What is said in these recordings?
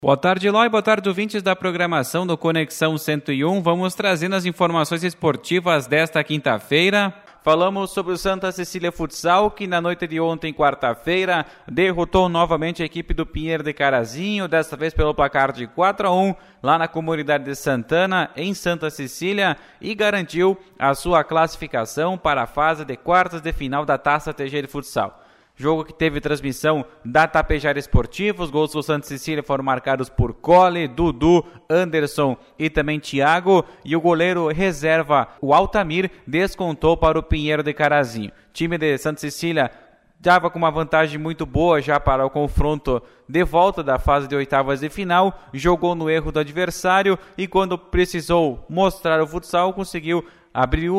Boa tarde, Eloy. Boa tarde, ouvintes da programação do Conexão 101. Vamos trazendo as informações esportivas desta quinta-feira. Falamos sobre o Santa Cecília Futsal, que na noite de ontem, quarta-feira, derrotou novamente a equipe do Pinheiro de Carazinho, desta vez pelo placar de 4-1, lá na comunidade de Santana, em Santa Cecília, e garantiu a sua classificação para a fase de quartas de final da Taça TG de Futsal. Jogo que teve transmissão da Tapejara Esportivo. Os gols do Santa Cecília foram marcados por Cole, Dudu, Anderson e também Thiago. E o goleiro reserva, o Altamir, descontou para o Pinheiro de Carazinho. O time de Santa Cecília estava com uma vantagem muito boa já para o confronto de volta da fase de oitavas de final. Jogou no erro do adversário e quando precisou mostrar o futsal, conseguiu abriu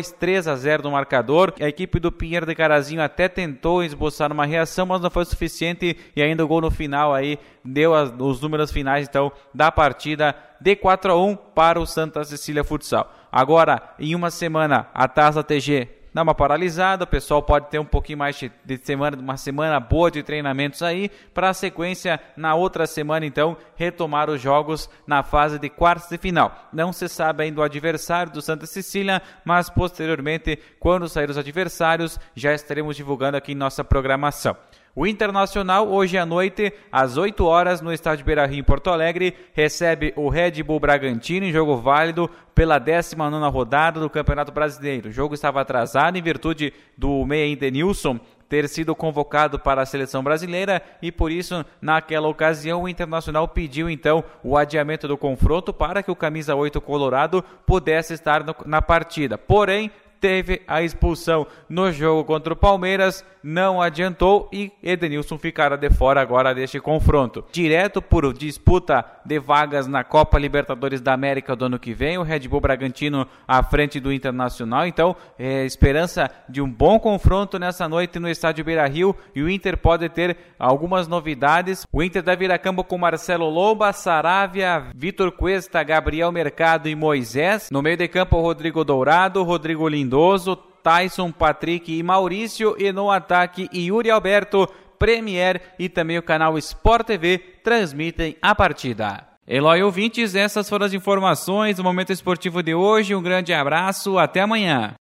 3-0 no marcador. A equipe do Pinheiro de Carazinho até tentou esboçar uma reação, mas não foi suficiente e ainda o gol no final aí deu os números finais então da partida de 4-1 para o Santa Cecília Futsal. Agora, em uma semana, a Taça TG dá uma paralisada, o pessoal pode ter um pouquinho mais de semana, uma semana boa de treinamentos aí, para a sequência, na outra semana, então, retomar os jogos na fase de quartas de final. Não se sabe ainda o adversário do Santa Cecília, mas posteriormente, quando sair os adversários, já estaremos divulgando aqui em nossa programação. O Internacional, hoje à noite, às 8 horas, no estádio Beira-Rio, em Porto Alegre, recebe o Red Bull Bragantino em jogo válido pela 19ª rodada do Campeonato Brasileiro. O jogo estava atrasado em virtude do meia Edenilson ter sido convocado para a seleção brasileira e por isso, naquela ocasião, o Internacional pediu então o adiamento do confronto para que o camisa 8 colorado pudesse estar na partida. Porém, teve a expulsão no jogo contra o Palmeiras, não adiantou e Edenilson ficará de fora agora deste confronto. Direto por disputa de vagas na Copa Libertadores da América do ano que vem, o Red Bull Bragantino à frente do Internacional, então esperança de um bom confronto nessa noite no estádio Beira-Rio e o Inter pode ter algumas novidades. O Inter deve ir a campo com Marcelo Lomba, Saravia, Vitor Cuesta, Gabriel Mercado e Moisés. No meio de campo, Rodrigo Dourado, Rodrigo Lindoso, Tyson, Patrick e Maurício, e no ataque Yuri Alberto, Premier e também o canal Sport TV transmitem a partida. Eloy, ouvintes, essas foram as informações do Momento Esportivo de hoje. Um grande abraço, até amanhã.